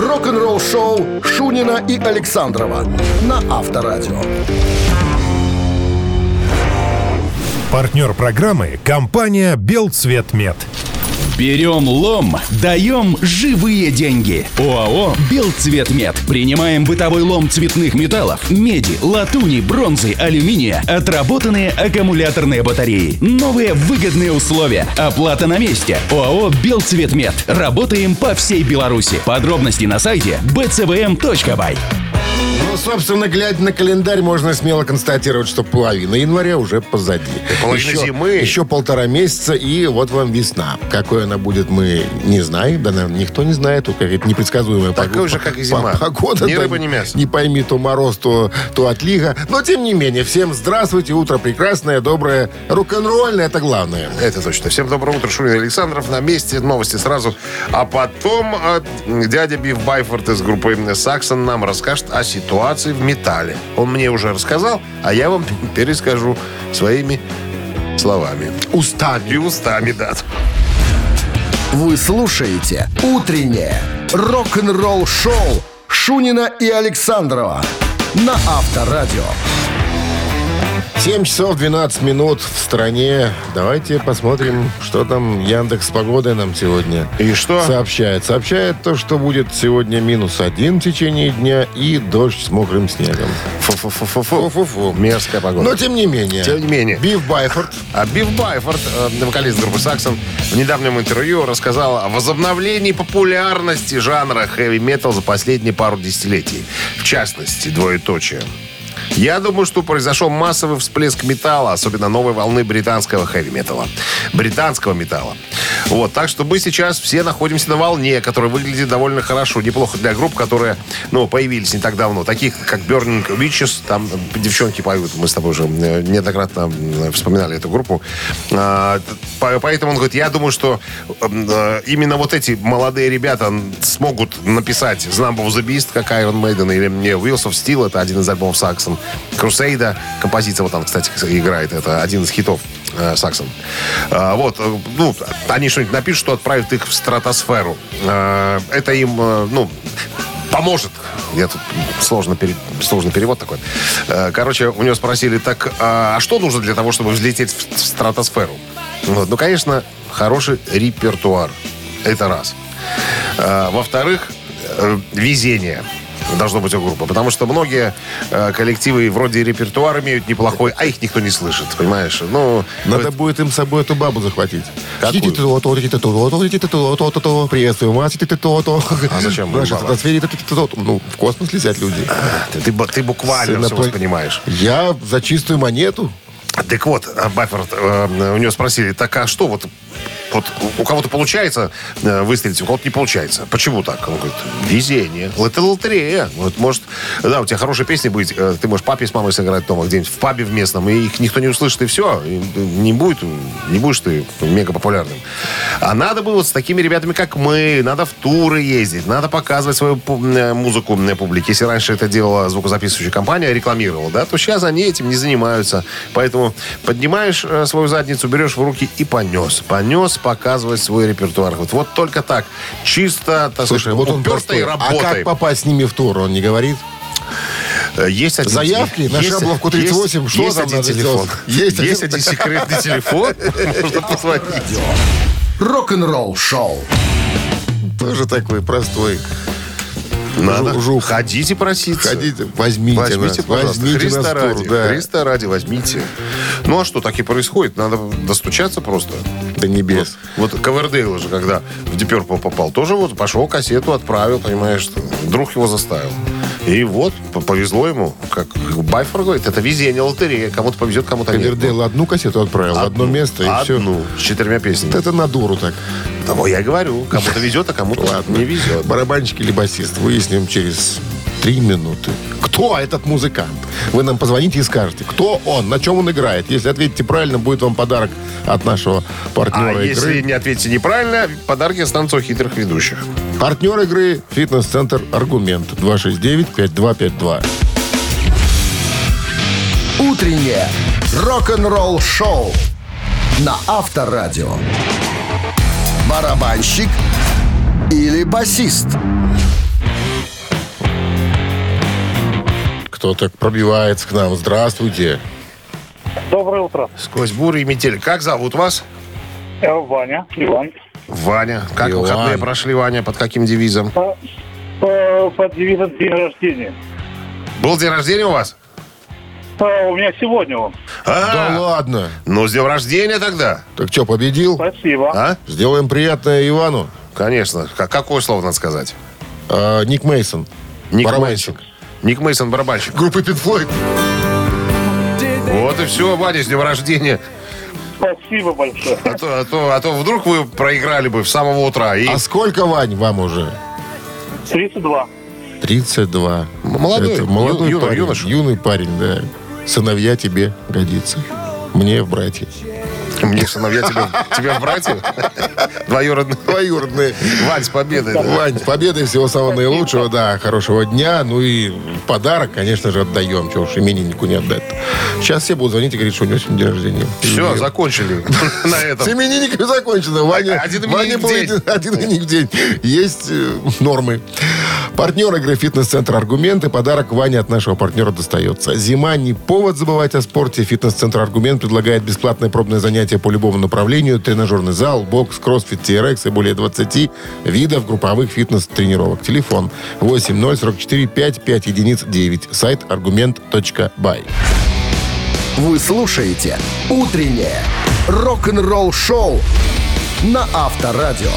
Рок-н-ролл-шоу Шунина и Александрова на Авторадио. Партнер программы — компания «Белцветмет». Берем лом, даем живые деньги. ОАО «Белцветмет». Принимаем бытовой лом цветных металлов, меди, латуни, бронзы, алюминия, отработанные аккумуляторные батареи. Новые выгодные условия. Оплата на месте. ОАО «Белцветмет». Работаем по всей Беларуси. Подробности на сайте bcvm.by. Ну, собственно, глядя на календарь, можно смело констатировать, что половина января уже позади. Половина зимы. Еще 1,5 месяца, и вот вам весна. Какой она будет, мы не знаем. Да, наверное, никто не знает. Какая-то непредсказуемая такая же, как и зима. Погода. Ни рыба, ни мясо. Не пойми, то мороз, то отлига. Но, тем не менее, всем здравствуйте. Утро прекрасное, доброе, рок-н-ролльное. Это главное. Это точно. Всем доброе утро. Шунин Александров на месте. Новости сразу. А потом дядя Биф Байфорд из группы Саксон нам расскажет о ситуации в металле. Он мне уже рассказал, а я вам перескажу своими словами. Устами. И устами, да. Вы слушаете «Утреннее рок-н-ролл-шоу» Шунина и Александрова на Авторадио. 7 часов 12 минут в стране. Давайте посмотрим, что там Яндекс.Погода нам сегодня И что? сообщает. Сообщает то, что будет сегодня -1 в течение дня и дождь с мокрым снегом. Фу-фу-фу-фу. Мерзкая погода. Но тем не менее. Тем не менее. Биф Байфорд. А Биф Байфорд, вокалист группы Саксон, в недавнем интервью рассказал о возобновлении популярности жанра хэви-метал за последние пару десятилетий. В частности, двоеточие. Я думаю, что произошел массовый всплеск металла, особенно новой волны британского хэви-металла. Британского металла. Вот, так что мы сейчас все находимся на волне, которая выглядит довольно хорошо. Неплохо для групп, которые, появились не так давно. Таких, как Burning Witches, там девчонки поют. Мы с тобой уже неоднократно вспоминали эту группу. Поэтому он говорит, я думаю, что именно вот эти молодые ребята смогут написать Number of the Beast, как Iron Maiden, или Wheels of Steel, это один из альбомов Саксон. Крусейда, композиция вот там, кстати, играет, это один из хитов Саксон. Вот, они что-нибудь напишут, что отправят их в стратосферу. Это им, поможет. Сложный перевод такой. Короче, у него спросили, так, а что нужно для того, чтобы взлететь в стратосферу? Вот, конечно, хороший репертуар. Это раз. Во-вторых, везение должно быть у группы. Потому что многие коллективы вроде репертуар имеют неплохой, а их никто не слышит, понимаешь? Надо будет им с собой эту бабу захватить. Какую? Приветствую вас. А зачем? В космос летят люди. Ты буквально все воспринимаешь. Я за чистую монету. Так вот, Байфорд, у него спросили, так а что вот у кого-то получается выстрелить, у кого-то не получается. Почему так? Он говорит, везение. Это лотерея. Вот, может, да, у тебя хорошая песня будет, ты можешь папе с мамой сыграть дома где-нибудь в пабе в местном, и их никто не услышит, и все. И не будешь ты мега популярным. А надо было с такими ребятами, как мы, надо в туры ездить, надо показывать свою музыку на публике. Если раньше это делала звукозаписывающая компания, рекламировала, да, то сейчас они этим не занимаются. Поэтому поднимаешь свою задницу, берешь в руки и понес показывать свой репертуар. Вот только так. Чисто, так сказать, вот он упертой работой. А как попасть с ними в тур, он не говорит? Есть один заявки на Шабловку 38. Что есть там один надо телефон. Есть один секретный телефон. Можно позвонить. Рок-н-ролл шоу. Тоже такой простой. Надо. Жух. Ходите проситься. Ходите, возьмите нас, Христа нас ради. тур, да. Христа ради, возьмите. Ну а что, так и происходит. Надо достучаться просто. До небес. Вот Ковердейл же, когда в Deep Purple попал, тоже вот пошел, кассету отправил, понимаешь, друг его заставил. И вот, повезло ему. Как Байфорд говорит, это везение, лотерея. Кому-то повезет, кому-то нет. Ковердейл одну кассету отправил, одно место, и все. С 4 песнями. Это на дуру так. Того я и говорю. Кому-то везет, а кому-то не везет. Барабанщик или басист, выясним через 3 минуты. Кто этот музыкант? Вы нам позвоните и скажете, кто он, на чем он играет. Если ответите правильно, будет вам подарок от нашего партнера игры. А если не ответите неправильно, подарки останутся у хитрых ведущих. Партнер игры — фитнес-центр «Аргумент». 269-5252. Утреннее рок-н-ролл шоу на Авторадио. Барабанщик или басист? кто так пробивается к нам? Здравствуйте. Доброе утро. Сквозь бурю и метель. Как зовут вас? Ваня, Иван. Ваня. Как Иван. выходные прошли, Ваня? Под каким девизом? Под девизом день рождения. Был день рождения у вас? У меня сегодня он. Да ладно. Ну, с днем рождения тогда. Так что, победил? Спасибо. А? Сделаем приятное Ивану. Конечно. Какое слово надо сказать? Ник Мейсон. Ник Барабанщик. Мейсон. Ник Мейсон, барабанщик. Группы Pink Floyd. Вот и все, Ваня, с днем рождения. Спасибо большое. А то вдруг вы проиграли бы с самого утра. И... А сколько, Вань, вам уже? 32. 32. Молодой, Это молодой юный, парень. юноша. Юный парень, да. Сыновья тебе годится. Мне в братья. Мне сыновья тебе в братья? Двоюродные. Двоюродные. Вань, с победой. Да. Вань, с победой, всего самого наилучшего, да, хорошего дня. Ну и подарок, конечно же, отдаем. Чего уж имениннику не отдать. Сейчас все будут звонить и говорить, что у него сегодня день рождения. Все, закончили на этом. С именинниками закончено. Ваня, Один именинник Ваня в был день. один именинник в день. Есть нормы. Партнер игры «Фитнес-центр Аргументы». Подарок Ване от нашего партнера достается. Зима не повод забывать о спорте. «Фитнес-центр Аргумент» предлагает бесплатное пробное занятие по любому направлению. Тренажерный зал, бокс, кроссфит, TRX и более 20 видов групповых фитнес-тренировок. Телефон 8044 55 единиц 9. Сайт argument.by. Вы слушаете «Утреннее рок-н-ролл-шоу» на Авторадио.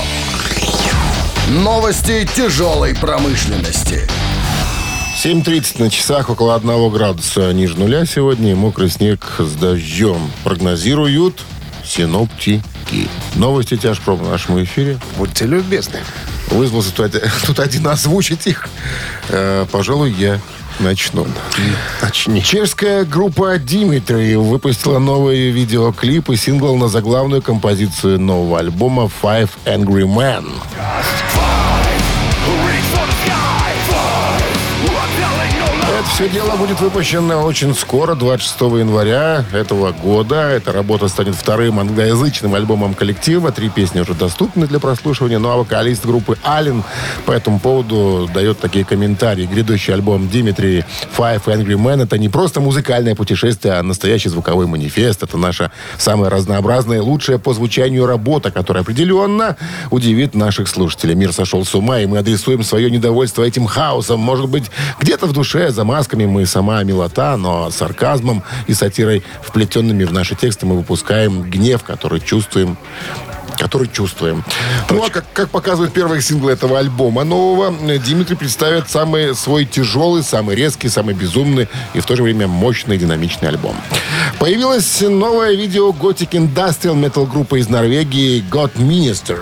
Новости тяжелой промышленности. 7:30 на часах, около 1 градуса ниже нуля сегодня. И мокрый снег с дождем прогнозируют синоптики. Новости тяжпром в нашем эфире. Будьте любезны. Вызвался тут один озвучить их. Пожалуй, я начну. Начни. Чешская группа Dimitri выпустила новый видеоклип и сингл на заглавную композицию нового альбома «Five Angry Men». Это все дело будет выпущено очень скоро, 26 января этого года. Эта работа станет вторым англоязычным альбомом коллектива. 3 песни уже доступны для прослушивания. Ну а вокалист группы Ален по этому поводу дает такие комментарии. Грядущий альбом Dimitri Five Angry Men — это не просто музыкальное путешествие, а настоящий звуковой манифест. Это наша самая разнообразная и лучшая по звучанию работа, которая определенно удивит наших слушателей. Мир сошел с ума, и мы адресуем свое недовольство этим хаосом. Может быть, где-то в душе, за масками мы сама милота, но сарказмом и сатирой, вплетенными в наши тексты, мы выпускаем гнев, который чувствуем. Ну, а как показывают первые синглы этого альбома нового, Dimitri представит самый свой тяжелый, самый резкий, самый безумный и в то же время мощный, динамичный альбом. Появилось новое видео Gothic Industrial Metal группы из Норвегии God Minister.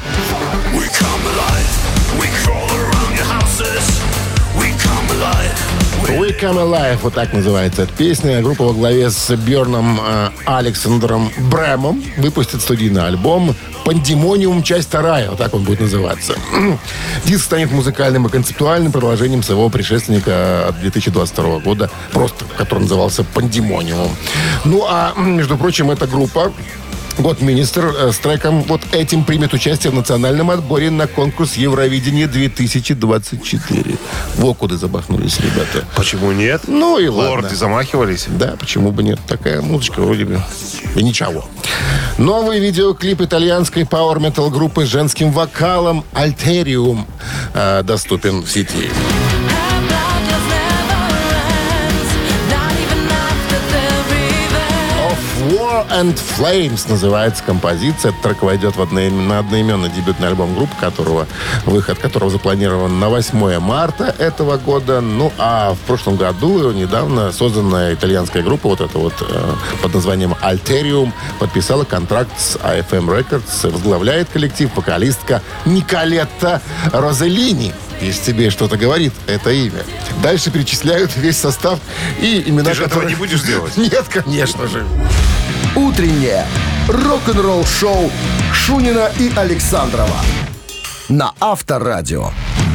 We Come Alive, вот так называется эта песня. Группа во главе с Бьерном Александром Брэмом выпустит студийный альбом «Пандемониум. Часть вторая». Вот так он будет называться. Диск станет музыкальным и концептуальным продолжением своего предшественника от 2022 года, просто который назывался «Пандемониум». Ну, а, между прочим, эта группа God Minister с треком вот этим примет участие в национальном отборе на конкурс Евровидение 2024. Во куда забахнулись ребята. Почему нет? Ну и ладно. Лорды замахивались. Да, почему бы нет? Такая музычка вроде бы. И ничего. Новый видеоклип итальянской пауэр-метал группы с женским вокалом Alterium доступен в сети. War and Flames называется композиция. Этот трек войдет на одноименный дебютный альбом группы, выход которого запланирован на 8 марта этого года. Ну, а в прошлом году недавно созданная итальянская группа, вот эта вот под названием Alterium, подписала контракт с AFM Records. Возглавляет коллектив вокалистка Николетта Розеллини. Если тебе что-то говорит, это имя. Дальше перечисляют весь состав и имена, Ты же этого не будешь делать? Нет, конечно же. Утреннее рок-н-ролл-шоу Шунина и Александрова на Авторадио.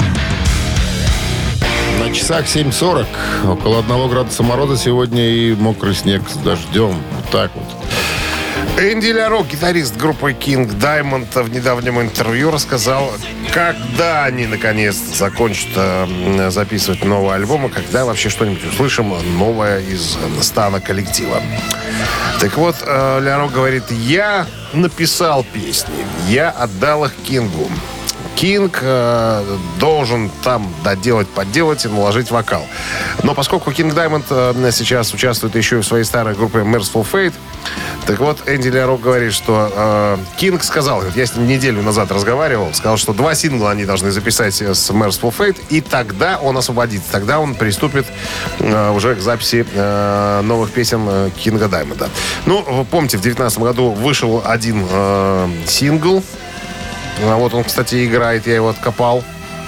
На часах 7:40. Около 1 градуса мороза сегодня и мокрый снег с дождем. Вот так вот. Энди Ляро, гитарист группы King Diamond, в недавнем интервью рассказал, когда они наконец закончат записывать новый альбом, и когда вообще что-нибудь услышим новое из стана коллектива. Так вот, Ляро говорит, я написал песни, я отдал их Кингу. Кинг должен там доделать, подделать и наложить вокал. Но поскольку King Diamond сейчас участвует еще и в своей старой группе Merciful Fate, так вот, Энди Ляро говорит, что Кинг сказал, я с ним неделю назад разговаривал, сказал, что 2 сингла они должны записать с Merciful Fate, и тогда он освободится, тогда он приступит уже к записи новых песен Кинга Даймонда. Ну, вы помните, в 2019 году вышел один сингл. Вот он, кстати, играет, я его откопал.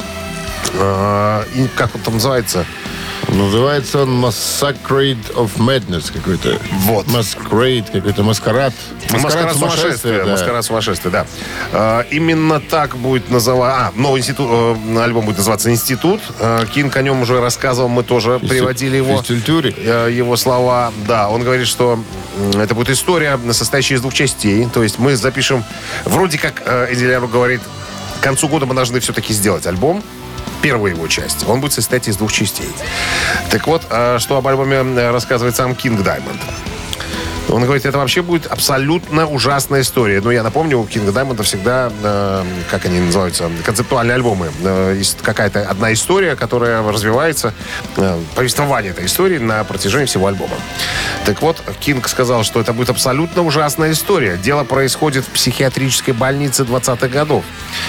И как он там называется? Называется он Masquerade of Madness какой-то. Вот. Masquerade, какой-то маскарад. Маскарад сумасшествия. Да. Маскарад сумасшествия, да. Именно так будет называться... новый альбом будет называться «Институт». Кинг о нем уже рассказывал, мы тоже приводили его слова. Да, он говорит, что это будет история, состоящая из 2 частей. То есть мы запишем... Вроде как Энди Ляро говорит, к концу года мы должны все-таки сделать альбом. Первая его часть. Он будет состоять из 2 частей. Так вот, что об альбоме рассказывает сам King Diamond. Он говорит, это вообще будет абсолютно ужасная история. Но я напомню, у King Diamond всегда, как они называются, концептуальные альбомы. Есть какая-то одна история, которая развивается, повествование этой истории на протяжении всего альбома. Так вот, Кинг сказал, что это будет абсолютно ужасная история. Дело происходит в психиатрической больнице 20-х годов.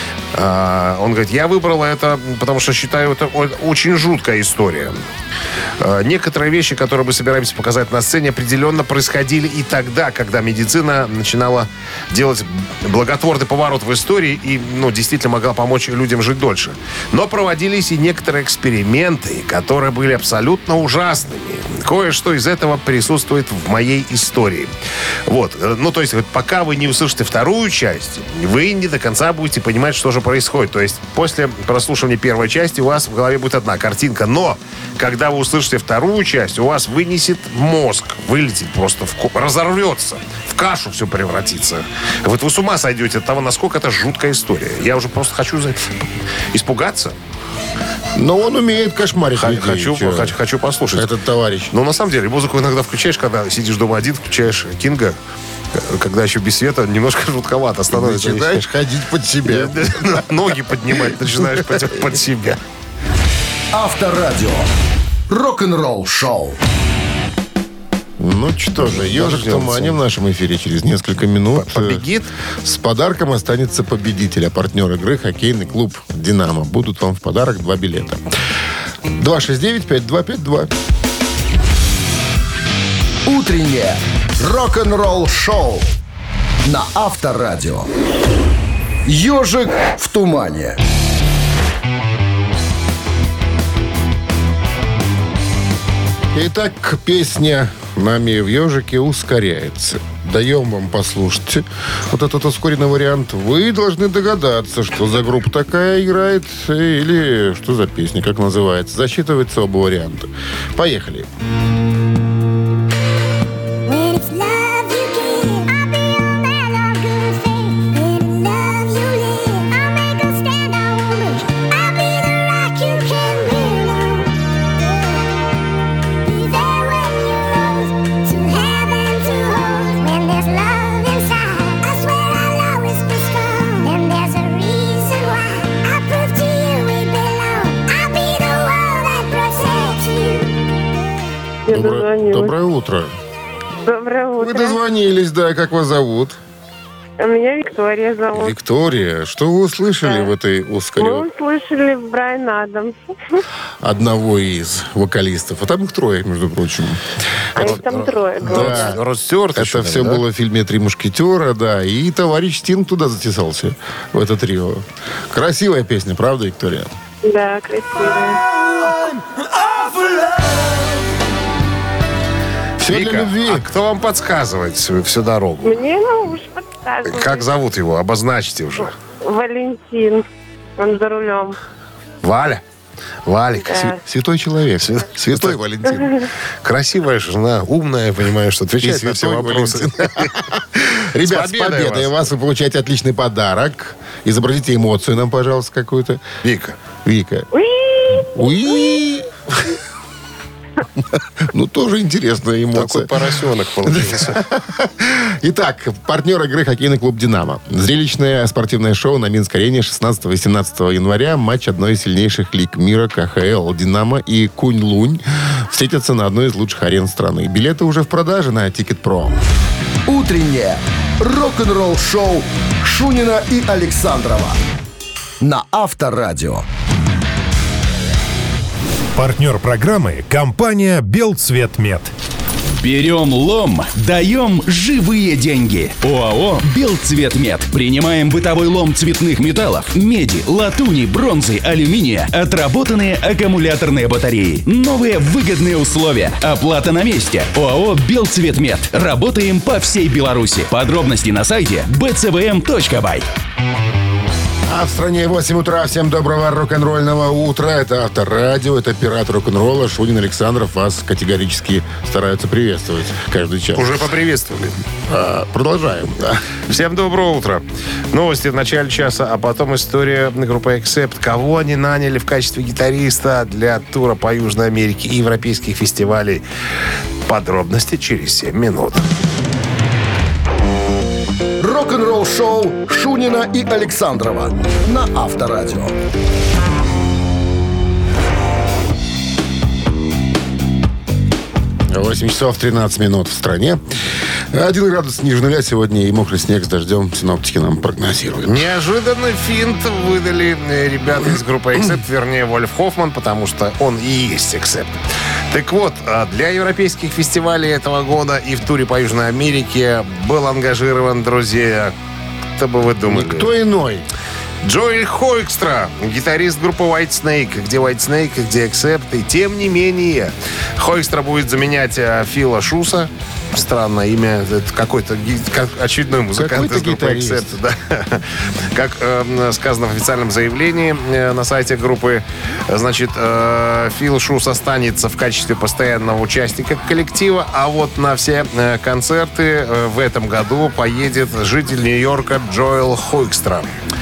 Он говорит, я выбрал это, потому что считаю, это очень жуткая история. Некоторые вещи, которые мы собираемся показать на сцене, определенно происходили и тогда, когда медицина начинала делать благотворный поворот в истории и, действительно могла помочь людям жить дольше. Но проводились и некоторые эксперименты, которые были абсолютно ужасными. Кое-что из этого присутствует в моей истории. Вот. То есть, пока вы не услышите вторую часть, вы не до конца будете понимать, что же происходит. То есть, после прослушивания первой части у вас в голове будет одна картинка. Но, когда вы услышите вторую часть, у вас вынесет мозг, вылетит просто, разорвется, в кашу все превратится. Вы с ума сойдете от того, насколько это жуткая история. Я уже просто хочу испугаться. Но он умеет кошмарить людей. Хочу послушать. Этот товарищ. Но на самом деле музыку иногда включаешь, когда сидишь дома один, включаешь Кинга, когда еще без света, немножко жутковато становится. Начинаешь ходить под себя. Ноги поднимать начинаешь под себя. Авторадио. Рок-н-ролл шоу. Ну что же, «Ежик в тумане» в нашем эфире через несколько минут. Победит. С подарком останется победитель. А партнер игры — хоккейный клуб «Динамо». Будут вам в подарок 2 билета. 269-5252. Утреннее рок-н-ролл шоу на Авторадио. «Ежик в тумане». Итак, песня «Нами в ежике» ускоряется. Даем вам послушать вот этот ускоренный вариант. Вы должны догадаться, что за группа такая играет или что за песня, как называется. Засчитывается оба варианта. Поехали. Доброе утро. Доброе утро. Вы дозвонились, да. Как вас зовут? Меня Виктория зовут. Виктория. Что вы услышали в этой Мы ускоренной? услышали Брайан Адамс. Одного из вокалистов. А там их 3, между прочим. А их там 3 было. Да. Род Стюарт Это еще, все да? было в фильме «Три мушкетера», да. И товарищ Стинг туда затесался, в это трио. Красивая песня, правда, Виктория? Да, красивая. Все Вика, для любви. а кто вам подсказывает всю дорогу? Мне уж подсказывают. Как зовут его? Обозначьте уже. Валентин. Он за рулем. Валя? Валик. Да. Святой человек. Святой Валентин. Красивая жена, умная, понимаешь, что отвечает И на все святой вопросы. Ребят, с победой победой вас! Вы получаете отличный подарок. Изобразите эмоцию нам, пожалуйста, какую-то. Вика. Уи! Ну, тоже интересная эмоция. Такой поросенок получился. Итак, партнер игры хоккейный клуб «Динамо». Зрелищное спортивное шоу на Минск-арене 16 и 17 января. Матч одной из сильнейших лиг мира КХЛ. «Динамо» и «Кунь-Лунь» встретятся на одной из лучших арен страны. Билеты уже в продаже на Тикет.Про. Утреннее рок-н-ролл-шоу Шунина и Александрова на Авторадио. Партнер программы – компания «Белцветмет». Берем лом, даем живые деньги. ОАО «Белцветмет». Принимаем бытовой лом цветных металлов, меди, латуни, бронзы, алюминия, отработанные аккумуляторные батареи. Новые выгодные условия. Оплата на месте. ОАО «Белцветмет». Работаем по всей Беларуси. Подробности на сайте bcvm.by. А в стране 8 утра. Всем доброго рок-н-ролльного утра. Это Авторадио, это пират рок-н-ролла. Шунин, Александров вас категорически стараются приветствовать каждый час. Уже поприветствовали. Продолжаем. Да. Всем доброго утра. Новости в начале часа, а потом история группы Accept. Кого они наняли в качестве гитариста для тура по Южной Америке и европейских фестивалей. Подробности через 7 минут. Рок-н-ролл-шоу Шунина и Александрова на Авторадио. 8 часов 13 минут в стране. 1 градус ниже нуля сегодня и мокрый снег с дождем синоптики нам прогнозируют. Неожиданный финт выдали ребята из группы Accept, вернее, Вольф Хоффман, потому что он и есть Accept. Так вот, для европейских фестивалей этого года и в туре по Южной Америке был ангажирован, друзья, кто бы вы думали? Никто иной. Джоэль Хоэкстра, гитарист группы White Snake. Где White Snake, где Accept. И тем не менее, Хоэкстра будет заменять Фила Шуса. Странное имя. Это какой-то очередной музыкант из группы Accept. Да. Как сказано в официальном заявлении на сайте группы, значит, Фил Шус останется в качестве постоянного участника коллектива, а вот на все концерты в этом году поедет житель Нью-Йорка Джоэл Хоэкстра.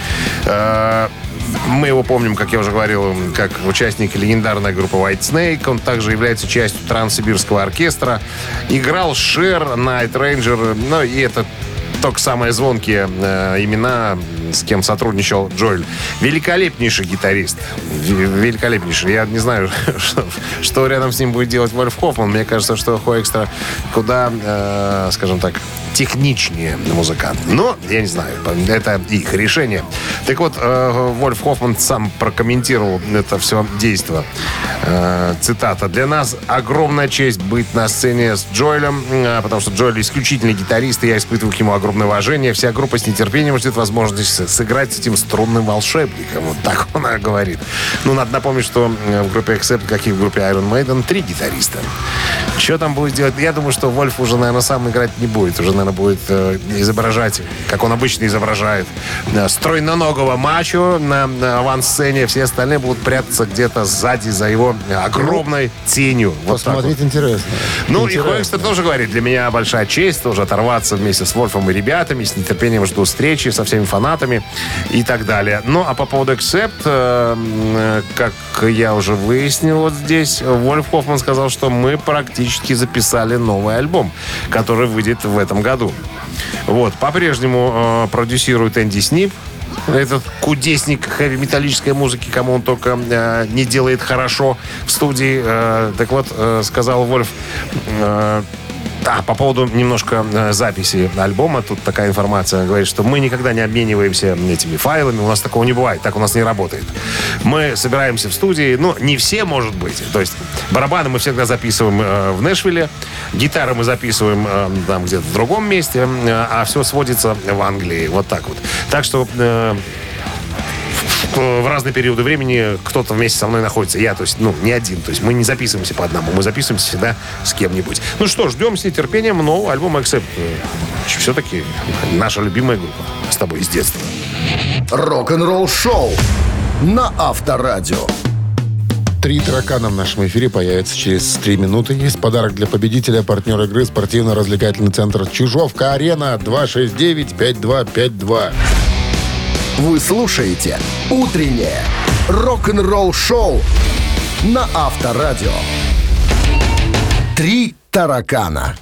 Мы его помним, как я уже говорил, как участник легендарной группы White Snake. Он также является частью Транссибирского оркестра. Играл Шер, Night Ranger. Ну, и это только самые звонкие имена, с кем сотрудничал Джоэль. Великолепнейший гитарист. Великолепнейший. Я не знаю, что рядом с ним будет делать Вольф Хоффман. Мне кажется, что Хоэкстра куда, скажем так, техничнее музыкант. Но, я не знаю, это их решение. Так вот, Вольф Хоффман сам прокомментировал это все действо. Цитата. «Для нас огромная честь быть на сцене с Джоэлем, потому что Джоэль исключительный гитарист, и я испытываю к нему огромное уважение. Вся группа с нетерпением ждет возможности сыграть с этим струнным волшебником». Вот так он говорит. Ну, надо напомнить, что в группе Accept, как и в группе Iron Maiden, 3 гитариста. Что там будет делать? Я думаю, что Вольф уже, наверное, сам играть не будет. Уже, наверное, будет изображать, как он обычно изображает, стройноногого мачо на авансцене. Все остальные будут прятаться где-то сзади за его огромной тенью. Вот посмотреть вот. Интересно. Ну, интересно. И Хоэкстер тоже говорит, для меня большая честь тоже оторваться вместе с Вольфом и ребятами. С нетерпением жду встречи со всеми фанатами и так далее. Ну, а по поводу Accept, как я уже выяснил вот здесь, Вольф Хоффман сказал, что мы практически записали новый альбом, который выйдет в этом году. Вот. По-прежнему продюсирует Энди Снип. Этот кудесник хэви-металлической музыки, кому он только не делает хорошо в студии. Так вот, сказал Вольф... по поводу немножко записи альбома, тут такая информация говорит, что мы никогда не обмениваемся этими файлами, у нас такого не бывает, так у нас не работает. Мы собираемся в студии, ну, не все, может быть, то есть барабаны мы всегда записываем в Нэшвилле, гитары мы записываем там где-то в другом месте, а все сводится в Англии, вот так вот. Так что... в разные периоды времени кто-то вместе со мной находится. Я, то есть, не один. То есть мы не записываемся по одному. Мы записываемся всегда с кем-нибудь. Ну что, ждем с нетерпением нового альбома Accept. Все-таки наша любимая группа с тобой с детства. Рок-н-ролл шоу на Авторадио. 3 таракана в нашем эфире появится через 3 минуты. Есть подарок для победителя, партнер игры, спортивно-развлекательный центр «Чижовка-Арена», 269-5252. Вы слушаете «Утреннее рок-н-ролл-шоу» на Авторадио. 3 таракана.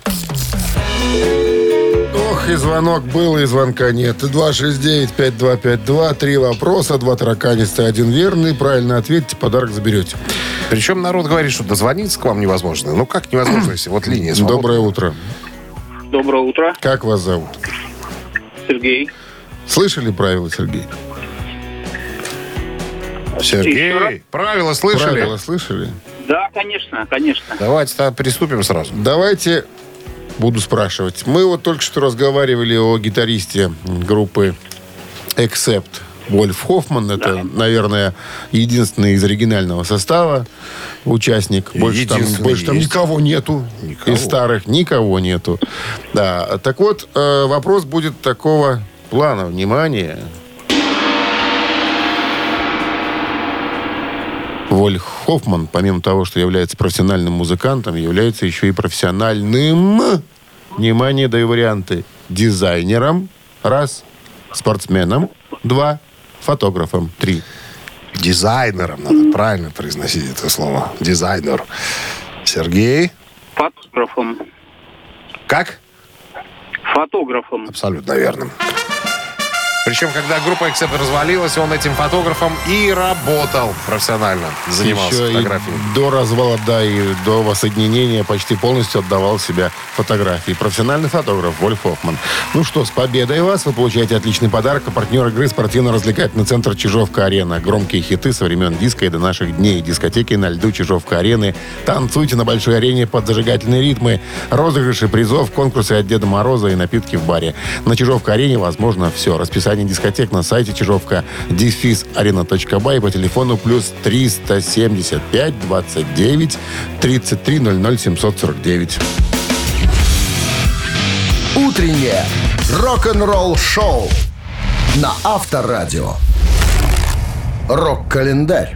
Ох, и звонок был, и звонка нет. 269-5252, 3 вопроса, 2 тараканиста, 1 верный. Правильно ответите, подарок заберете. Причем народ говорит, что дозвониться к вам невозможно. Ну, как невозможно, если вот линия свободна? Доброе утро. Доброе утро. Как вас зовут? Сергей. Слышали правила, Сергей? Сергей, правила слышали? Правила слышали? Да, конечно, конечно. Давайте тогда приступим сразу. Давайте буду спрашивать. Мы вот только что разговаривали о гитаристе группы Accept. Вольф Хоффман. Это, наверное, единственный из оригинального состава участник. Больше там никого нету. Из старых никого нету. Да. Так вот, вопрос будет такого плана. Внимание. Вольф Хоффман, помимо того, что является профессиональным музыкантом, является еще и профессиональным, внимание, даю варианты, дизайнером, 1, спортсменом, 2, фотографом, 3. Дизайнером надо правильно произносить это слово. Дизайнер. Сергей. Фотографом. Как? Фотографом. Абсолютно верно. Причем, когда группа Accept развалилась, он этим фотографом и работал профессионально. Занимался еще фотографией. И до развала, да, и до воссоединения почти полностью отдавал себя фотографии. Профессиональный фотограф Вольф Хоффман. Ну что, с победой вас! Вы получаете отличный подарок. А партнер игры — спортивно-развлекательный центр «Чижовка-Арена». Громкие хиты со времен диска и до наших дней. Дискотеки на льду «Чижовка-Арены». Танцуйте на большой арене под зажигательные ритмы. Розыгрыши призов, конкурсы от Деда Мороза и напитки в баре. На «Чижовка-Арене» возможно все. Расписание дискотек на сайте чижовка-арена.бай по телефону плюс 375 29 33 00 749. Утреннее рок-н-ролл-шоу на Авторадио. Рок-календарь.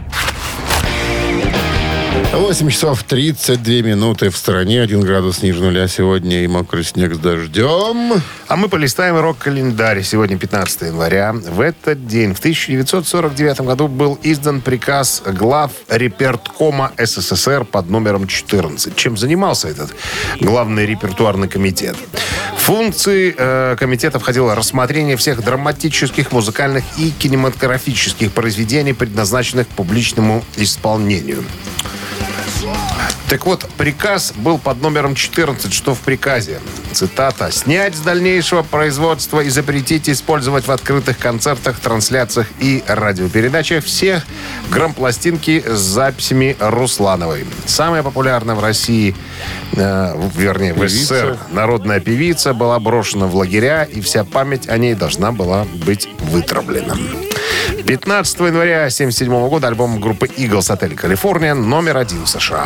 8 часов 32 минуты в стране. 1 градус ниже нуля сегодня и мокрый снег с дождем. А мы полистаем рок-календарь. Сегодня 15 января. В этот день, в 1949 году, был издан приказ глав Реперткома СССР под номером 14. Чем занимался этот главный репертуарный комитет? В функции комитета входило рассмотрение всех драматических, музыкальных и кинематографических произведений, предназначенных к публичному исполнению. Так вот, приказ был под номером 14. Что в приказе? Цитата. «Снять с дальнейшего производства и запретить использовать в открытых концертах, трансляциях и радиопередачах все грампластинки с записями Руслановой». Самая популярная в России, в СССР, народная певица, была брошена в лагеря, и вся память о ней должна была быть вытравлена. 15 января 1977 года альбом группы Eagles «Отель Калифорния» номер 1 в США.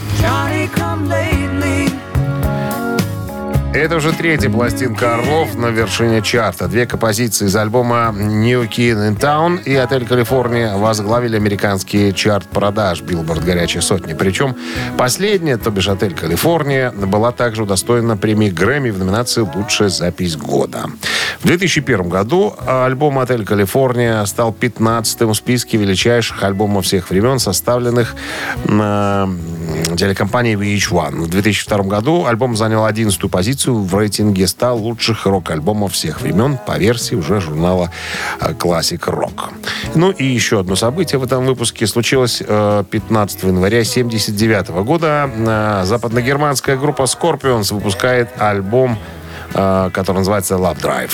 Это уже 3-я пластинка «Орлов» на вершине чарта. 2 композиции из альбома «New Kid in Town» и «Отель Калифорния» возглавили американский чарт продаж Billboard «Горячая сотня». Причем последняя, то бишь «Отель Калифорния», была также удостоена премии Грэмми в номинации «Лучшая запись года». В 2001 году альбом «Отель Калифорния» стал 15-м в списке величайших альбомов всех времен, составленных телекомпанией VH1. В 2002 году альбом занял 11-ю позицию в рейтинге 100 лучших рок-альбомов всех времен по версии уже журнала Classic Rock. Ну и еще одно событие в этом выпуске случилось 15 января 1979 года. Западногерманская группа Scorpions выпускает альбом, который называется Love Drive.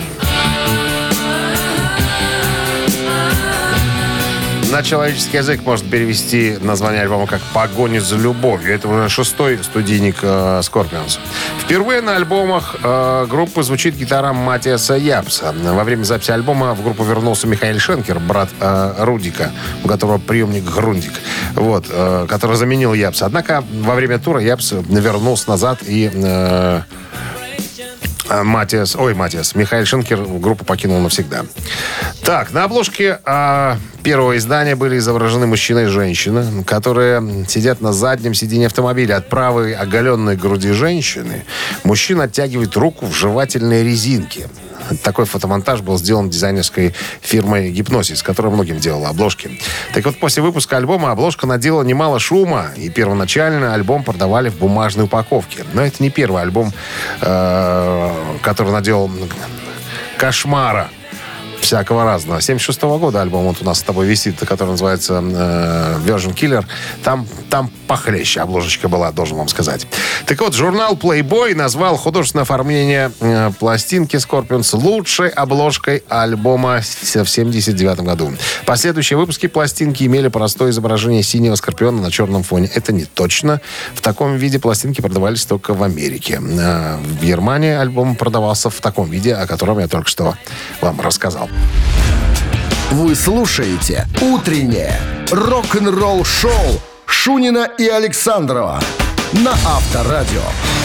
На человеческий язык можно перевести название альбома как «Погоня за любовью». Это уже 6-й студийник Scorpions. Впервые на альбомах группы звучит гитара Матиаса Япса. Во время записи альбома в группу вернулся Михаэль Шенкер, брат Рудика, у которого приемник Грундик, который заменил Япса. Однако во время тура Япс вернулся назад и Михаил Шенкер группу покинул навсегда. Так, на обложке первого издания были изображены мужчина и женщина, которые сидят на заднем сиденье автомобиля. От правой оголенной груди женщины мужчина оттягивает руку в жевательной резинке. Такой фотомонтаж был сделан дизайнерской фирмой «Гипносис», которая многим делала обложки. Так вот, после выпуска альбома обложка наделала немало шума, и первоначально альбом продавали в бумажной упаковке. Но это не первый альбом, который наделал кошмара всякого разного. 76-го года альбом вот у нас с тобой висит, который называется Virgin Killer. Там похлеще обложечка была, должен вам сказать. Так вот, журнал Playboy назвал художественное оформление пластинки Scorpions лучшей обложкой альбома в 79 году. Последующие выпуски пластинки имели простое изображение синего скорпиона на черном фоне. Это не точно. В таком виде пластинки продавались только в Америке. В Германии альбом продавался в таком виде, о котором я только что вам рассказал. Вы слушаете «Утреннее рок-н-ролл-шоу» Шунина и Александрова на Авторадио.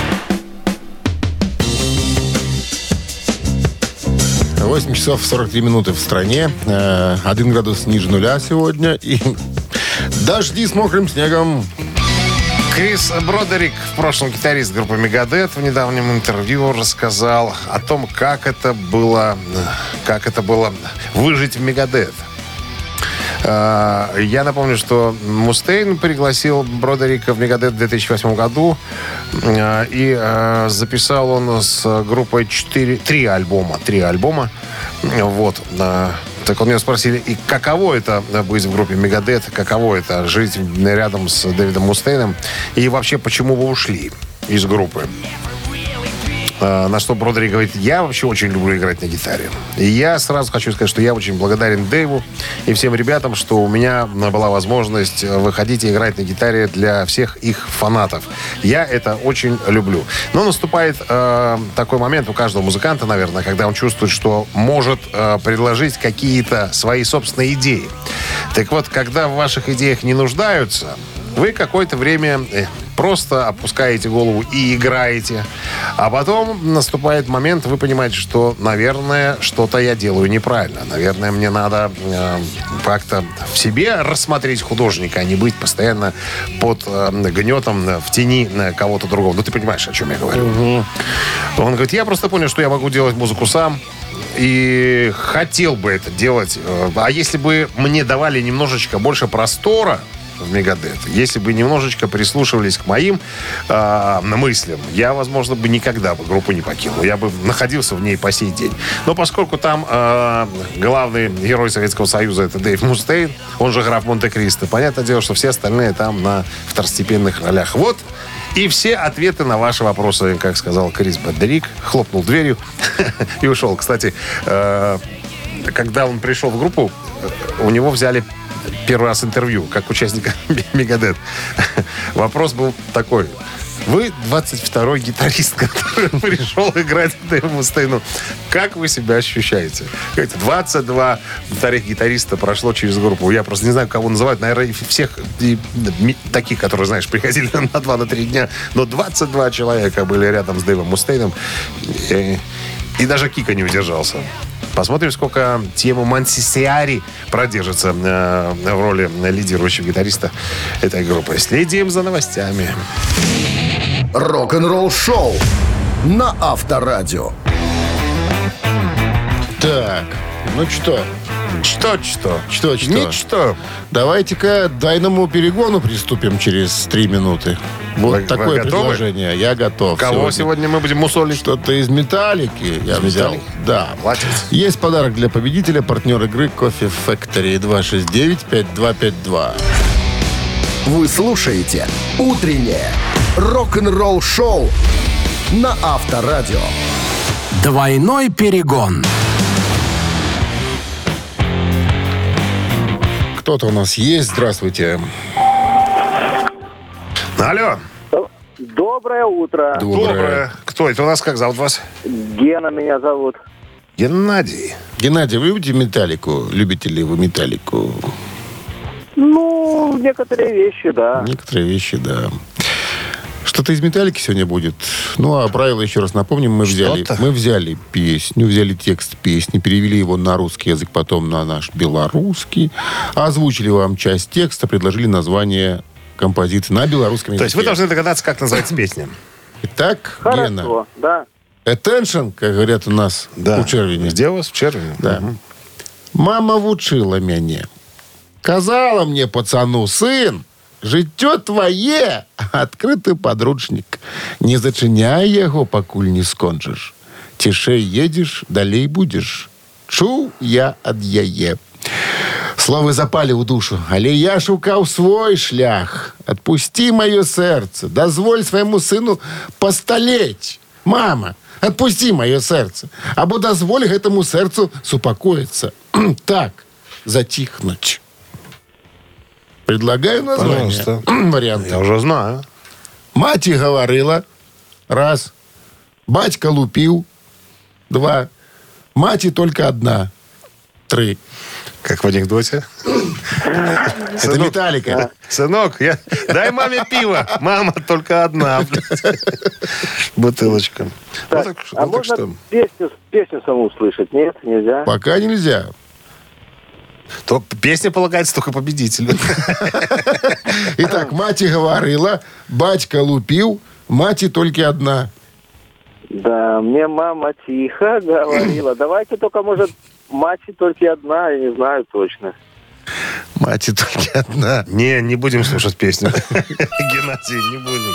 8 часов 43 минуты в стране. 1 градус ниже нуля сегодня. И дожди с мокрым снегом. Крис Бродерик, в прошлом гитарист группы Megadeth, в недавнем интервью рассказал о том, как это было выжить в Megadeth. Я напомню, что Мустейн пригласил Бродерика в Megadeth в 2008 году, и записал он с группой 3 альбома. Вот. Так у меня спросили, и каково это быть в группе Megadeth, каково это жить рядом с Дэвидом Мустейном, и вообще, почему вы ушли из группы? На что Бродерик говорит: я вообще очень люблю играть на гитаре. И я сразу хочу сказать, что я очень благодарен Дэйву и всем ребятам, что у меня была возможность выходить и играть на гитаре для всех их фанатов. Я это очень люблю. Но наступает такой момент у каждого музыканта, наверное, когда он чувствует, что может предложить какие-то свои собственные идеи. Так вот, когда в ваших идеях не нуждаются, вы какое-то время просто опускаете голову и играете. А потом наступает момент, вы понимаете, что, наверное, что-то я делаю неправильно. Наверное, мне надо как-то в себе рассмотреть художника, а не быть постоянно под гнетом, в тени кого-то другого. Ну, ты понимаешь, о чем я говорю. Угу. Он говорит: я просто понял, что я могу делать музыку сам. И хотел бы это делать. А если бы мне давали немножечко больше простора в Megadeth, если бы немножечко прислушивались к моим мыслям, я, возможно, бы никогда бы группу не покинул. Я бы находился в ней по сей день. Но поскольку там главный герой Советского Союза — это Дэйв Мустейн, он же граф Монте-Кристо, понятное дело, что все остальные там на второстепенных ролях. Вот и все ответы на ваши вопросы, как сказал Крис Бродерик, хлопнул дверью и ушел. Кстати, когда он пришел в группу, у него взяли первый раз интервью, как участника Megadeth. Вопрос был такой: вы 22-й гитарист, который пришел играть Дэйву Мустейну. Как вы себя ощущаете? 22 вторых гитариста прошло через группу. Я просто не знаю, кого называть. Наверное, всех таких, которые, знаешь, приходили на 2-3 дня. Но 22 человека были рядом с Дэйвом Мустейном. И даже Кика не удержался. Посмотрим, сколько Тиему Монтисиари продержится в роли лидирующего гитариста этой группы. Следим за новостями. Рок-н-ролл шоу на Авторадио. Так, ну что? Что? Ничто. Давайте-ка к двойному перегону приступим через 3 минуты. Вот вы такое готовы? предложение. Я готов. Кого сегодня мы будем мусолить? Что-то из «Металлики» я взял. Да. Молодец. Есть подарок для победителя, партнер игры Coffee Factory 269-5252. Вы слушаете «Утреннее рок-н-ролл-шоу» на Авторадио. Двойной перегон. Кто-то у нас есть. Здравствуйте. Алло. Доброе утро. Доброе. Кто это у нас? Как зовут вас? Гена меня зовут. Геннадий. Геннадий, вы любите «Металлику»? Любите ли вы «Металлику»? Ну, некоторые вещи, да. Некоторые вещи, да. Что-то из «Металлики» сегодня будет. Ну, а правила еще раз напомним. Мы взяли песню, взяли текст песни, перевели его на русский язык, потом на наш белорусский, озвучили вам часть текста, предложили название композиции на белорусском языке. То есть вы должны догадаться, как называется песня. Итак, Хорошо, Гена. да. Attention, как говорят у нас у Червине. Где у вас в Червине? Да. Мама вучила мяне. Казала мне, пацану, сын, жыццё твое, адкрыты подручник. Не зачиняй яго, пакуль не скончыш. Цішэй едзеш, далей будзеш. Чуў я ад яе. Словы запали ў душу, але я шукаў свой шлях. Отпусти маё сэрца, дазволь свайму сыну пасталець. Мама, отпусти маё сэрца, або дазволь гэтаму сэрцу супакоіцца. Так, затихнуть. Предлагаю название. Варианты. Я уже знаю. Маці гаварыла. Раз. Бацька лупіў. Два. Маці только одна. Три. Как в анекдоте. Это «Металлика». Сынок, дай маме пиво. Мама только одна. Бутылочка. Так, а можно песню саму услышать? Нет, нельзя? Пока нельзя. То песня полагается только победителю. Итак, маці гаварыла, бацька лупіў, маці только одна. Да, мне мама тихо говорила. Давайте только, может, мать только одна, я не знаю точно. Маці только одна. Не будем слушать песню. Геннадий, не будем.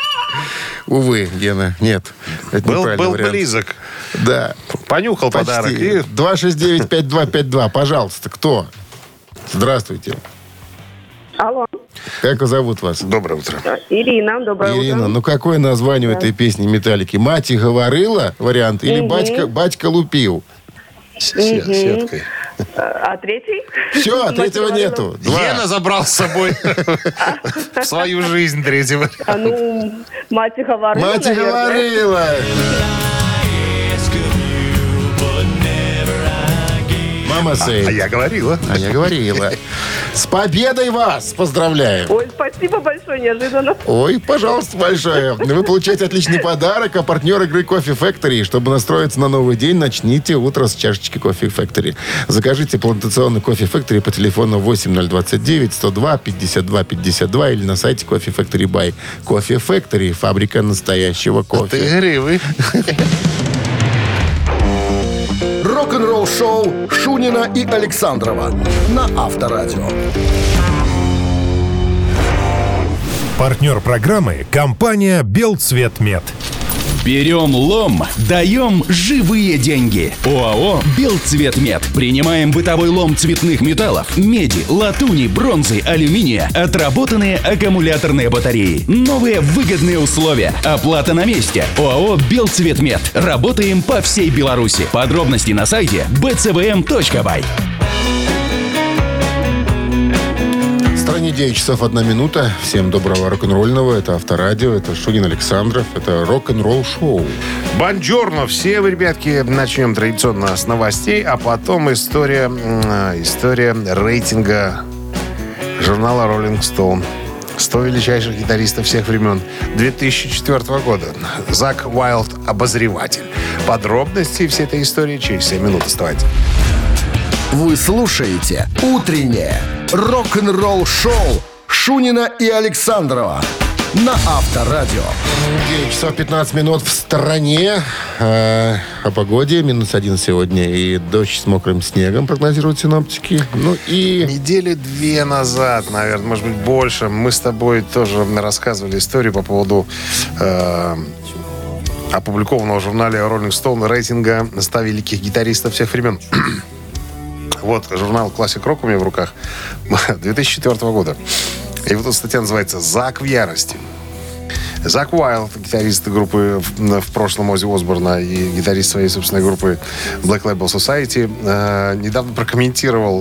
Увы, Гена, нет. Это Был вариант. близок. Да. Понюхал Почти. подарок. И 269-5252. Пожалуйста, кто? Здравствуйте. Алло. Как зовут вас? доброе утро. Ирина, доброе Ирина, утро. ну какое название у этой песни «Металлики»? Маці гаварыла, вариант, или батька лупил? Сеткой. А третий? Все, третьего нету. Гена забрал с собой в свою жизнь третьего. Мать говорила, Маці гаварыла. Мама сей. А я говорила. А я говорила. С победой вас поздравляем. Ой, спасибо большое, неожиданно. Ой, пожалуйста, большое. Вы получаете отличный подарок, а партнер игры Coffee Factory. Чтобы настроиться на новый день, начните утро с чашечки Coffee Factory. Закажите плантационный Coffee Factory по телефону 8029 102 52 52 или на сайте Coffee Factory by. Coffee Factory, фабрика настоящего кофе. Ты игривый. Рок-н-ролл-шоу Шунина и Александрова на Авторадио. Партнер программы – компания «Белцветмет». Берем лом, даем живые деньги. ОАО «Белцветмет». Принимаем бытовой лом цветных металлов, меди, латуни, бронзы, алюминия, отработанные аккумуляторные батареи. Новые выгодные условия. Оплата на месте. ОАО «Белцветмет». Работаем по всей Беларуси. Подробности на сайте bcvm.by. В стране 9 часов 1 минута. Всем доброго рок-н-ролльного. Это Авторадио, это Шунин Александров, это рок-н-ролл шоу. Бонжорно. Все вы, ребятки, начнем традиционно с новостей, а потом история рейтинга журнала Rolling Stone. 100 величайших гитаристов всех времен 2004 года. Зак Уайлд, обозреватель. Подробности всей этой истории через 7 минут. Оставайтесь. Вы слушаете «Утреннее рок-н-ролл-шоу» Шунина и Александрова на Авторадио. 9 часов 15 минут в стране. О погоде. -1 сегодня и дождь с мокрым снегом прогнозируют синоптики. Ну и... Недели 2 назад, наверное, может быть, больше, мы с тобой тоже рассказывали историю по поводу опубликованного в журнале Rolling Stone рейтинга 100 великих гитаристов всех времен. Вот журнал Classic Rock у меня в руках 2004 года. И вот эта статья называется «Зак в ярости». Зак Уайлд, гитарист группы в прошлом Оззи Осборна и гитарист своей собственной группы Black Label Society, недавно прокомментировал,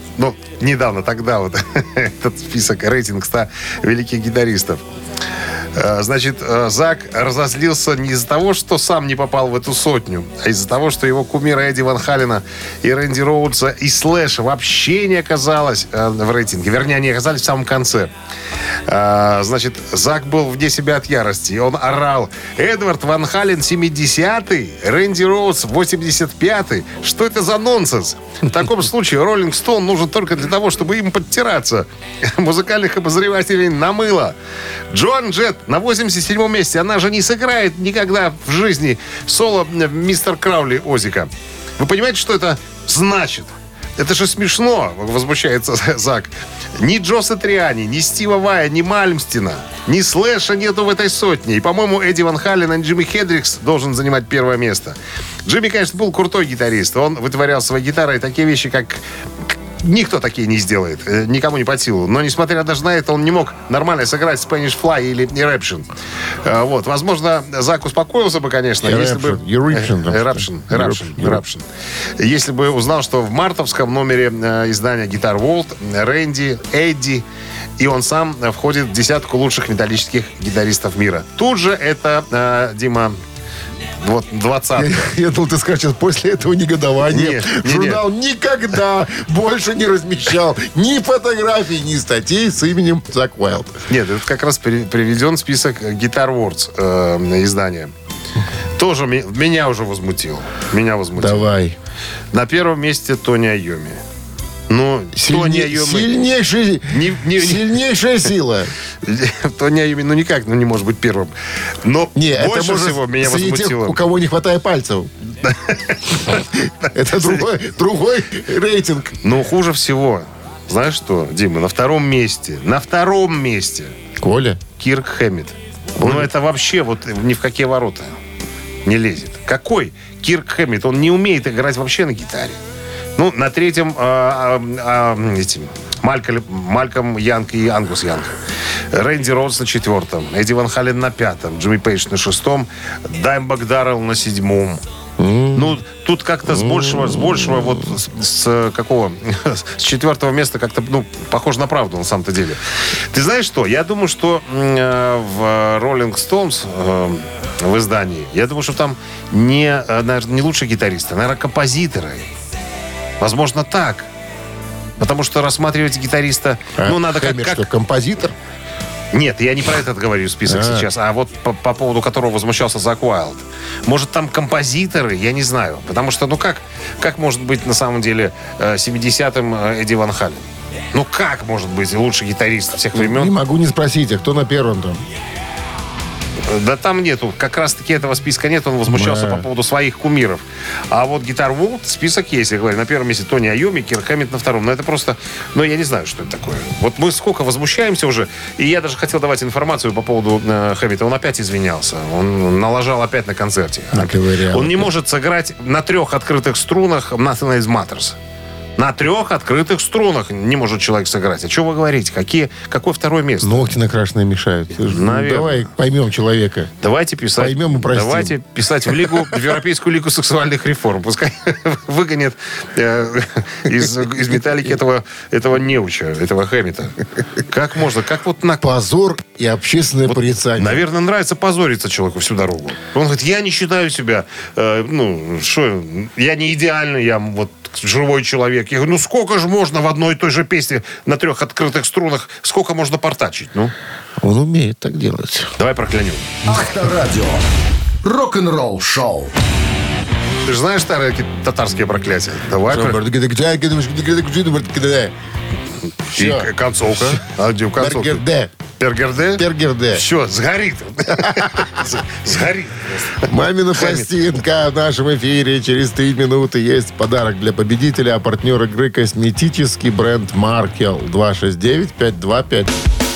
тогда вот этот список, рейтинг 100 великих гитаристов. Значит, Зак разозлился не из-за того, что сам не попал в эту сотню, а из-за того, что его кумира Эдди Ван Халена и Рэнди Роудса и Слэша вообще не оказалось в рейтинге. Вернее, они оказались в самом конце. Значит, Зак был вне себя от ярости. Он орал: Эдвард Ван Хален 70-й, Рэнди Роудс 85-й. Что это за нонсенс? В таком случае Роллинг Стоун нужен только для того, чтобы им подтираться. Музыкальных обозревателей намыло. Джоан Джетт на 87-м месте. Она же не сыграет никогда в жизни соло мистер Краули Озика. Вы понимаете, что это значит? Это же смешно, возмущается Зак. Ни Джо Сатриани, ни Стива Вая, ни Мальмстина, ни Слэша нету в этой сотне. И, по-моему, Эдди Ван Хален и Джимми Хендрикс должен занимать первое место. Джимми, конечно, был крутой гитарист. Он вытворял своей гитарой такие вещи, как... Никто такие не сделает, никому не под силу. Но, несмотря даже на это, он не мог нормально сыграть Spanish Fly или Eruption. Вот, возможно, Зак успокоился бы, конечно, если бы... Eruption. Если бы узнал, что в мартовском номере издания Guitar World Рэнди, Эдди и он сам входит в десятку лучших металлических гитаристов мира. Тут же это, Дима... Вот, 20-й. Я думал, ты скажешь, после этого негодования журнал никогда больше не размещал ни фотографий, ни статей с именем Зак Уайлд. Нет, это как раз приведен список Guitar Awards издания. Тоже меня уже возмутил. Давай. На первом месте Тони Айоми. Ну, Тони Айоми... Сильнейшая сила. Тони Айоми, никак, не может быть первым. Но больше всего меня возмутило... у кого не хватает пальцев. Это другой рейтинг. Хуже всего, знаешь что, Дима, на втором месте. Коля? Кирк Хэммит. Это вообще ни в какие ворота не лезет. Какой Кирк Хэммит? Он не умеет играть вообще на гитаре. На третьем Мальком Янг и Ангус Янг. Рэнди Роудс на четвертом. Эдди Ван Хален на пятом. Джимми Пейдж на шестом. Даймбак Даррелл на седьмом. Тут как-то с четвертого места как-то, похоже на правду, на самом-то деле. Ты знаешь что? Я думаю, что в Rolling Stones, в издании, я думаю, что там наверное, не лучшие гитаристы, наверное, композиторы. Возможно, так. Потому что рассматривать гитариста... надо Хэммит, что, композитор? Нет, я не про этот говорю список сейчас, а вот по поводу которого возмущался Зак Уайлд. Может, там композиторы? Я не знаю. Потому что, как может быть на самом деле 70-м Эдди Ван Хален? Как может быть лучший гитарист всех времен? Не могу не спросить, а кто на первом там? Да там нету, как раз-таки этого списка нет, он возмущался по поводу своих кумиров. А вот Guitar World список есть, я говорю, на первом месте Тони Айоми, Кирк Хэммит на втором. Но это просто, я не знаю, что это такое. Вот мы сколько возмущаемся уже, и я даже хотел давать информацию по поводу Хэммита. Он опять извинялся, он налажал опять на концерте. Он не может сыграть на 3 открытых струнах Nothing Else Matters. На 3 открытых струнах не может человек сыграть. А что вы говорите? Какое второе место? Ногти накрашенные мешают. Давай поймем человека. Давайте писать. Поймем и простим. Давайте писать в Европейскую лигу сексуальных реформ. Пускай выгонят из Металлики этого неуча, этого Хэммита. Как можно? Позор и общественное порицание. Наверное, нравится позориться человеку всю дорогу. Он говорит, я не считаю себя, я не идеальный, я живой человек. Я говорю, сколько же можно в одной и той же песне на 3 открытых струнах, сколько можно портачить? Он умеет так делать. Давай проклянем. Авторадио. Рок-н-ролл шоу. Ты же знаешь старые татарские проклятия? Давай. И концовка. Пергерде. Все, сгорит. Сгорит. Мамина пластинка в нашем эфире. Через 3 минуты есть подарок для победителя. А партнер игры — косметический бренд Маркел. 269-5252.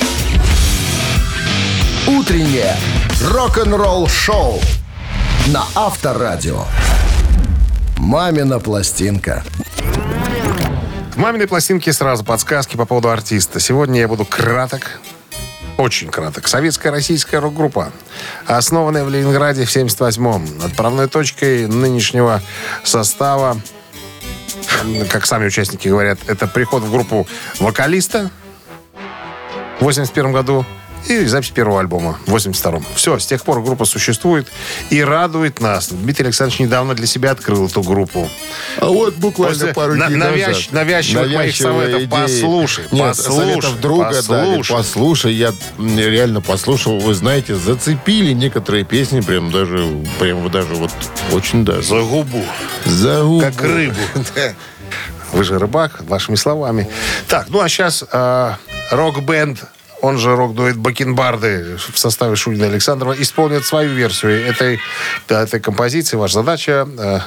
Утреннее рок-н-ролл шоу на Авторадио. Мамина пластинка. В маминой пластинке сразу подсказки по поводу артиста. Сегодня я буду краток. Очень краток. Советская российская рок-группа, основанная в Ленинграде в 1978-м. Отправной точкой нынешнего состава, как сами участники говорят, это приход в группу вокалиста в 1981 году И запись первого альбома в 82-м. Все, с тех пор группа существует и радует нас. Дмитрий Александрович недавно для себя открыл эту группу. А вот буквально После пару дней назад. Навязчивых моих советов. идеи. Послушай, Нет, советов друга, послушай. Я реально послушал. Вы знаете, зацепили некоторые песни, прям даже вот очень даже. За губу. За губу. Как рыбу. Вы же рыбак, вашими словами. Так, ну а сейчас рок-бенд, он же рок-дуэт Бакенбарды в составе Шунина и Александрова исполнят свою версию этой композиции. Ваша задача,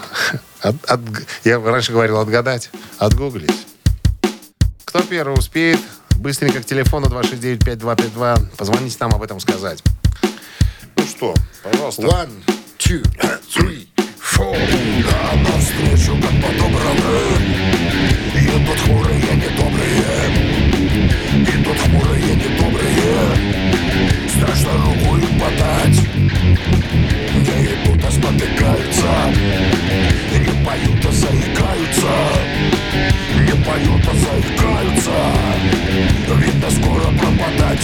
я раньше говорил отгадать, отгуглить. Кто первый успеет, быстренько к телефону 269-5252, позвоните нам об этом сказать. Ну что, пожалуйста. 1, 2, 3, 4. Навстречу, как по-доброму, идут хмурые недобрые. Идут хмурые недобрые. Страшно руку им подать. Не идут, а спотыкаются. Не поют, а заикаются. Не поют, а заикаются. Видно, скоро пропадать.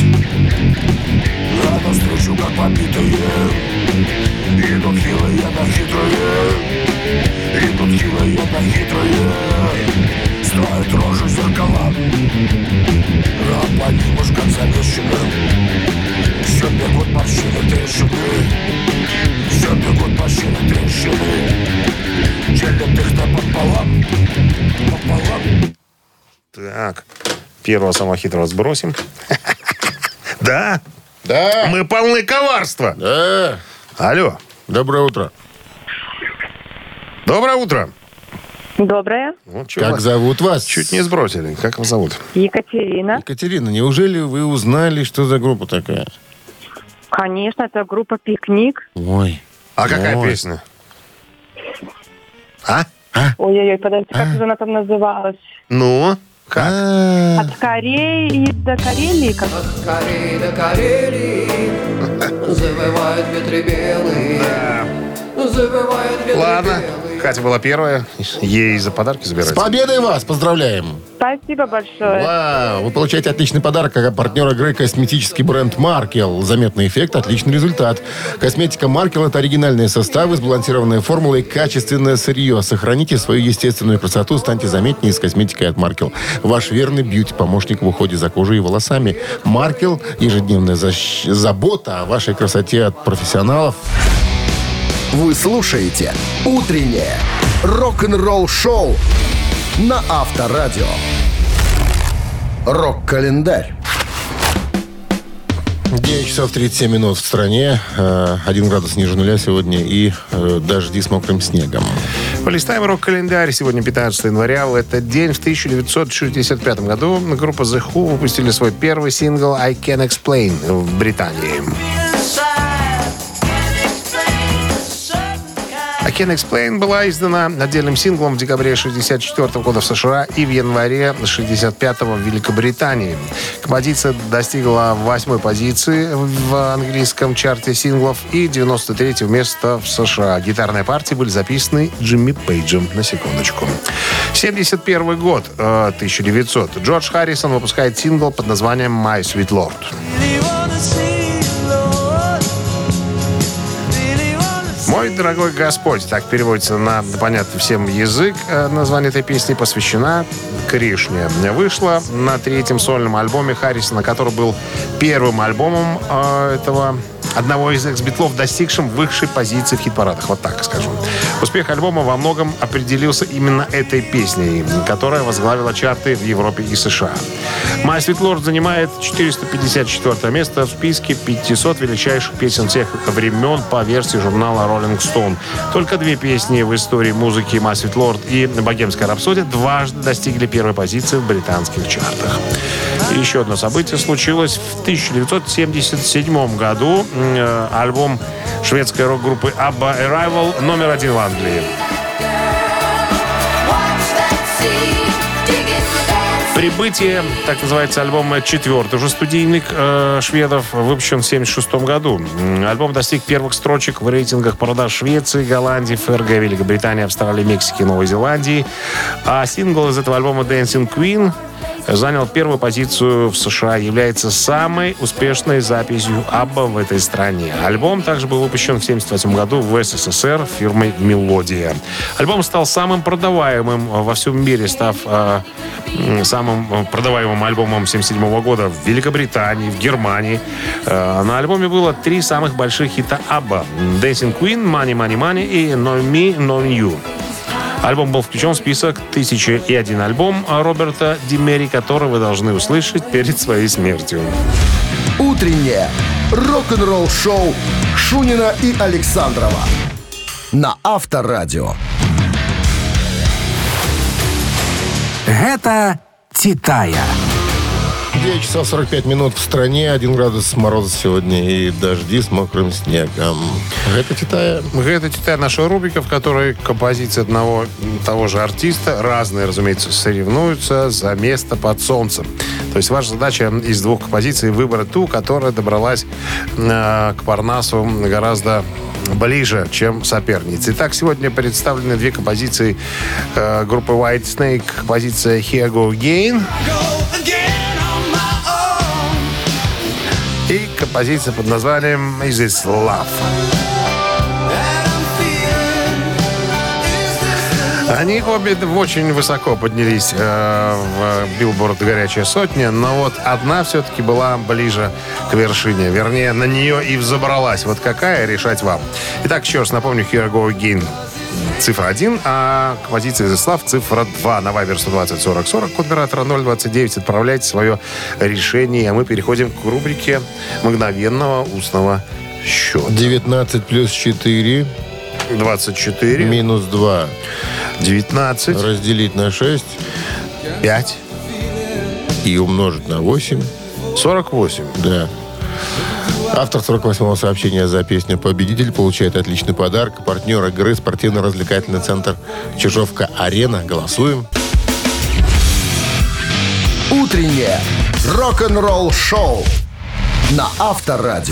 А навстречу, как побитые. Идут хилые на хитрые. Идут хилые на хитрые. Строят рожи зеркала. А по ним уж как замещены. Все бегут морщины трещины. Все бегут морщины трещины. Делят их на пополам. Пополам. Так, первого самого хитрого сбросим. Да? Да. Мы полны коварства. Да. Алло. Доброе утро. Доброе утро. Доброе. Ну, Как зовут вас? Чуть не сбросили. Как вас зовут? Екатерина. Екатерина, неужели вы узнали, что за группа такая? Конечно, это группа «Пикник». Ой. А какая песня? А? Ой-ой-ой, подождите, как же она там называлась? Ну? Как? От Кореи до Карелии. Как... От Кореи до Карелии завывают ветры белые. Завывают ветры Ладно. белые. Катя была первая. Ей за подарки С забирать. победой вас! Поздравляем! Спасибо большое. Вау! Вы получаете отличный подарок как от партнера игры косметический бренд Маркел. Заметный эффект, отличный результат. Косметика Маркел – это оригинальные составы, сбалансированная формула и качественное сырье. Сохраните свою естественную красоту, станьте заметнее с косметикой от Маркел. Ваш верный бьюти-помощник в уходе за кожей и волосами. Маркел – ежедневная забота о вашей красоте от профессионалов. Вы слушаете «Утреннее рок-н-ролл-шоу» на Авторадио. Рок-календарь. 9 часов 37 минут в стране. 1 градус ниже нуля сегодня и дожди с мокрым снегом. Полистаем рок-календарь. Сегодня 15 января. В этот день, в 1965 году, группа The Who выпустили свой первый сингл «I Can Explain» в Британии. «I Can Explain» была издана отдельным синглом в декабре 1964 года в США и в январе 1965 в Великобритании. Композиция достигла 8-й позиции в английском чарте синглов и 93-го места в США. Гитарные партии были записаны Джимми Пейджем, на секундочку. 1971 год, 1900. Джордж Харрисон выпускает сингл под названием «My Sweet Lord». «Мой дорогой Господь», так переводится на понятный всем язык. Название этой песни посвящена Кришне. Вышла на 3-м сольном альбоме Харрисона, который был первым альбомом одного из экс-битлов, достигшим высшей позиции в хит-парадах. Вот так скажем. Успех альбома во многом определился именно этой песней, которая возглавила чарты в Европе и США. «My Sweet Lord» занимает 454 место в списке 500 величайших песен всех времен по версии журнала Rolling Stone. Только 2 песни в истории музыки «My Sweet Lord» и «Богемская рапсодия» дважды достигли первой позиции в британских чартах. И еще одно событие случилось в 1977 году. Альбом шведской рок-группы ABBA «Arrival» номер 1 в Англии. «Прибытие», так называется альбом, 4-й уже студийник шведов, выпущен в 1976 году. Альбом достиг первых строчек в рейтингах продаж Швеции, Голландии, ФРГ, Великобритании, Австралии, Мексики и Новой Зеландии. А сингл из этого альбома «Dancing Queen» занял первую позицию в США, является самой успешной записью ABBA в этой стране. Альбом также был выпущен в 1978 году в СССР фирмой «Мелодия». Альбом стал самым продаваемым во всем мире, став самым продаваемым альбомом 1977 года в Великобритании, в Германии. На альбоме было 3 самых больших хита ABBA: «Dancing Queen», «Money, Money, Money» и «Know Me, Know You». Альбом был включен в список 1001 альбом Роберта Ди Мэри, который вы должны услышать перед своей смертью. Утреннее рок-н-ролл-шоу Шунина и Александрова на Авторадио. Гэта «Титая». 9 часов 45 минут в стране, 1 градус мороза сегодня и дожди с мокрым снегом. Это «Титая». Это «Титая», наша рубрика, в которой композиции одного и того же артиста, разные, разумеется, соревнуются за место под солнцем. То есть ваша задача из 2 композиций выбрать ту, которая добралась к Парнасу гораздо ближе, чем соперницы. Итак, сегодня представлены 2 композиции группы White Snake. Композиция «Here Go Again» и композиция под названием «Is This Love?». Они обе очень высоко поднялись в Billboard «Горячая сотня», но вот одна все-таки была ближе к вершине. Вернее, на нее и взобралась. Вот какая, решать вам. Итак, еще раз напомню, «Here Go Again» цифра 1, а композиция «Is This Love» цифра 2. На Viber 120 40 40, код оператора 029. Отправляйте свое решение, а мы переходим к рубрике мгновенного устного счета. 19 плюс 4. 24. Минус 2. 19. Разделить на 6. 5. И умножить на 8. 48. Да. Автор 48-го сообщения за песню «Победитель» получает отличный подарок. Партнер игры — спортивно-развлекательный центр «Чижовка-Арена». Голосуем. Утреннее рок-н-ролл-шоу на Авторадио.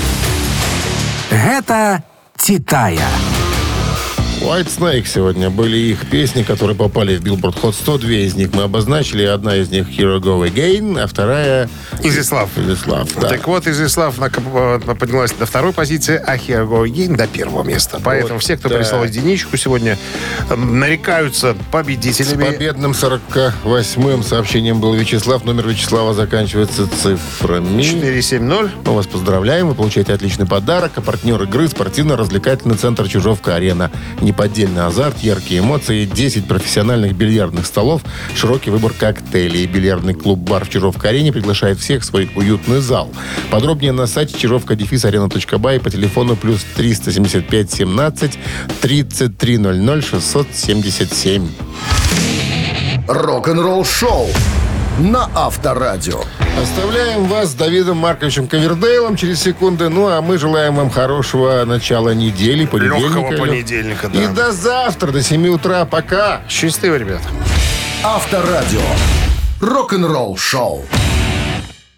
Гэта «Титая». White Snake сегодня были их песни, которые попали в Billboard Hot 100. 2 из них мы обозначили. Одна из них «Here Go Again», а вторая «Is This Love?». «Is This Love», да. Так вот, «Is This Love» поднялась до 2-й позиции, а «Here Go Again» до 1-го места. Поэтому все, кто прислал единичку, сегодня нарекаются победителями. С победным 48-м сообщением был Вячеслав. Номер Вячеслава заканчивается цифрами 470. Мы вас поздравляем. Вы получаете отличный подарок. А партнер игры — спортивно-развлекательный центр «Чижовка-Арена». Неподдельный азарт, яркие эмоции, 10 профессиональных бильярдных столов, широкий выбор коктейлей. Бильярдный клуб-бар в Чижовка-Арене приглашает всех в свой уютный зал. Подробнее на сайте чижовка-арена.бай по телефону плюс 375 17 33 00 677. Рок-н-ролл-шоу на Авторадио. Оставляем вас с Давидом Марковичем Ковердейлом через секунды. Ну, а мы желаем вам хорошего начала недели, понедельника. Легкого понедельника, да. И до завтра, до 7 утра. Пока. Счастливо, ребят. Авторадио. Рок-н-ролл-шоу.